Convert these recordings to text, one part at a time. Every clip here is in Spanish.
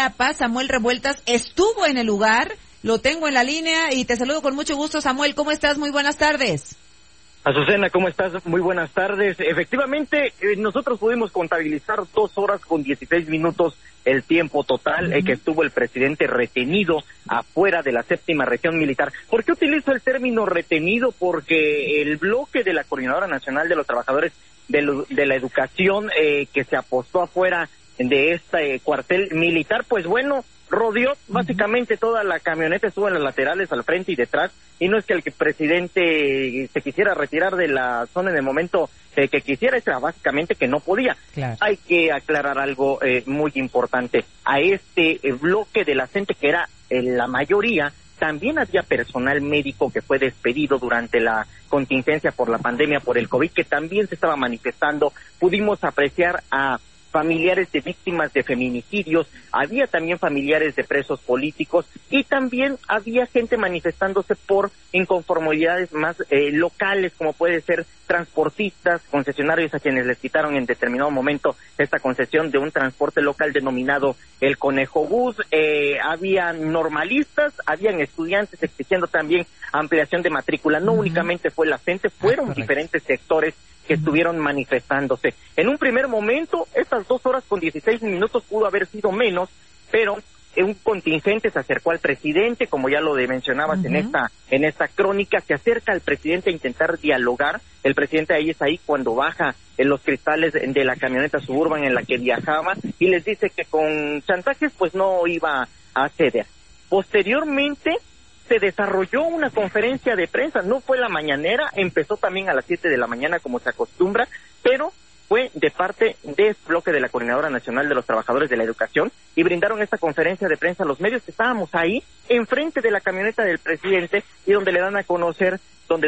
Chiapas, Samuel Revueltas, estuvo en el lugar. Lo tengo en la línea y te saludo con mucho gusto, Samuel. ¿Cómo estás? Muy buenas tardes. Azucena, ¿cómo estás? Muy buenas tardes. Efectivamente, nosotros pudimos contabilizar 2 horas con 16 minutos el tiempo total que estuvo el presidente retenido afuera de la 7ª región militar. ¿Por qué utilizo el término retenido? Porque el bloque de la Coordinadora Nacional de los Trabajadores de la Educación que se apostó afuera de este cuartel militar, pues bueno, rodeó básicamente toda la camioneta, estuvo en las laterales, al frente y detrás, y no es que el presidente se quisiera retirar de la zona en el momento que quisiera, era básicamente que no podía. Claro. Hay que aclarar algo muy importante. A este bloque de la gente, que era la mayoría, también había personal médico que fue despedido durante la contingencia por la pandemia, por el COVID, que también se estaba manifestando. Pudimos apreciar a familiares de víctimas de feminicidios, había también familiares de presos políticos y también había gente manifestándose por inconformidades más locales, como puede ser transportistas, concesionarios a quienes les quitaron en determinado momento esta concesión de un transporte local denominado el Conejo Bus. Había normalistas, habían estudiantes exigiendo también ampliación de matrícula. No únicamente fue la gente, fueron diferentes sectores que estuvieron manifestándose. En un primer momento, estas 2 horas con 16 minutos pudo haber sido menos, pero un contingente se acercó al presidente, como ya lo mencionabas en esta crónica, se acerca al presidente a intentar dialogar. El presidente ahí es ahí cuando baja en los cristales de la camioneta Suburban en la que viajaba y les dice que con chantajes pues no iba a ceder. Posteriormente se desarrolló una conferencia de prensa, no fue la mañanera, empezó también a las 7 de la mañana como se acostumbra, pero fue de parte de este bloque de la Coordinadora Nacional de los Trabajadores de la Educación y brindaron esta conferencia de prensa a los medios que estábamos ahí, enfrente de la camioneta del presidente y donde dan a conocer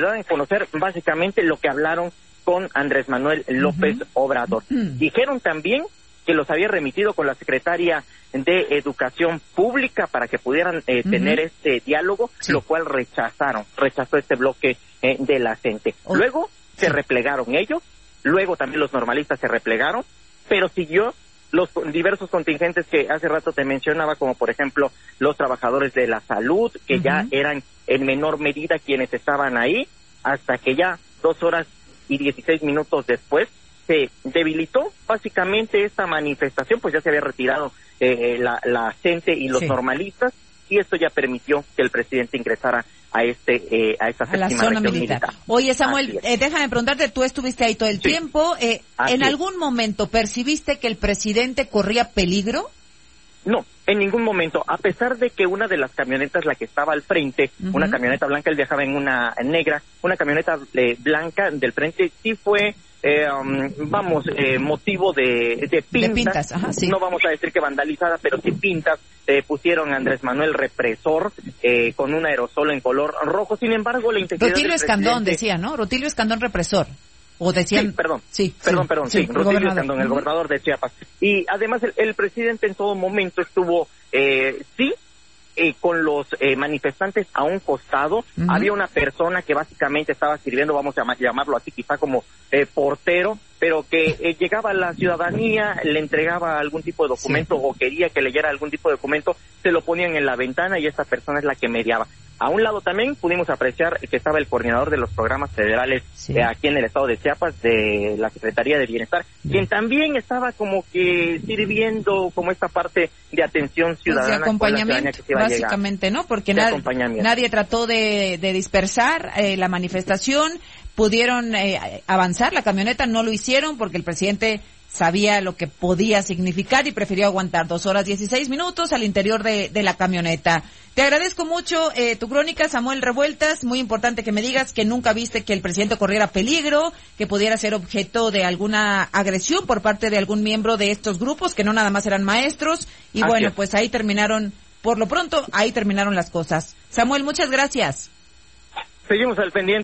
básicamente lo que hablaron con Andrés Manuel López Obrador. Dijeron también que los había remitido con la secretaria de Educación Pública para que pudieran tener este diálogo, lo cual rechazó este bloque de la gente. Luego se replegaron ellos, luego también los normalistas se replegaron, pero siguió los diversos contingentes que hace rato te mencionaba, como por ejemplo los trabajadores de la salud, que ya eran en menor medida quienes estaban ahí, hasta que ya 2 horas y 16 minutos después se debilitó básicamente esta manifestación, pues ya se había retirado la gente y los normalistas, y esto ya permitió que el presidente ingresara a esta 7ª región militar. Oye, Samuel, déjame preguntarte, tú estuviste ahí todo el tiempo, ¿en algún momento percibiste que el presidente corría peligro? No, en ningún momento, a pesar de que una de las camionetas, la que estaba al frente, una camioneta blanca, él viajaba en una negra, una camioneta blanca del frente, sí fue motivo de pintas. No vamos a decir que vandalizada, pero sí pintas, pusieron a Andrés Manuel represor con un aerosol en color rojo. Sin embargo, la integridad Rutilio Escandón decía, ¿no? Rutilio Escandón represor. O decían... Rutilio Escandón, el gobernador de Chiapas. Y además el presidente en todo momento estuvo, con los manifestantes a un costado. Había una persona que básicamente estaba sirviendo, vamos a llamarlo así, quizá como portero, pero que llegaba a la ciudadanía, le entregaba algún tipo de documento o quería que leyera algún tipo de documento, se lo ponían en la ventana y esta persona es la que mediaba. A un lado también pudimos apreciar que estaba el coordinador de los programas federales aquí en el estado de Chiapas, de la Secretaría de Bienestar, quien también estaba como que sirviendo como esta parte de atención ciudadana. De acompañamiento, básicamente, ¿no? Porque nadie trató de dispersar la manifestación, pudieron avanzar, la camioneta no lo hicieron porque el presidente sabía lo que podía significar y prefirió aguantar 2 horas 16 minutos al interior de la camioneta. Te agradezco mucho tu crónica, Samuel Revueltas. Muy importante que me digas que nunca viste que el presidente corriera peligro, que pudiera ser objeto de alguna agresión por parte de algún miembro de estos grupos, que no nada más eran maestros. Y bueno, pues ahí terminaron, por lo pronto, ahí terminaron las cosas. Samuel, muchas gracias. Seguimos al pendiente.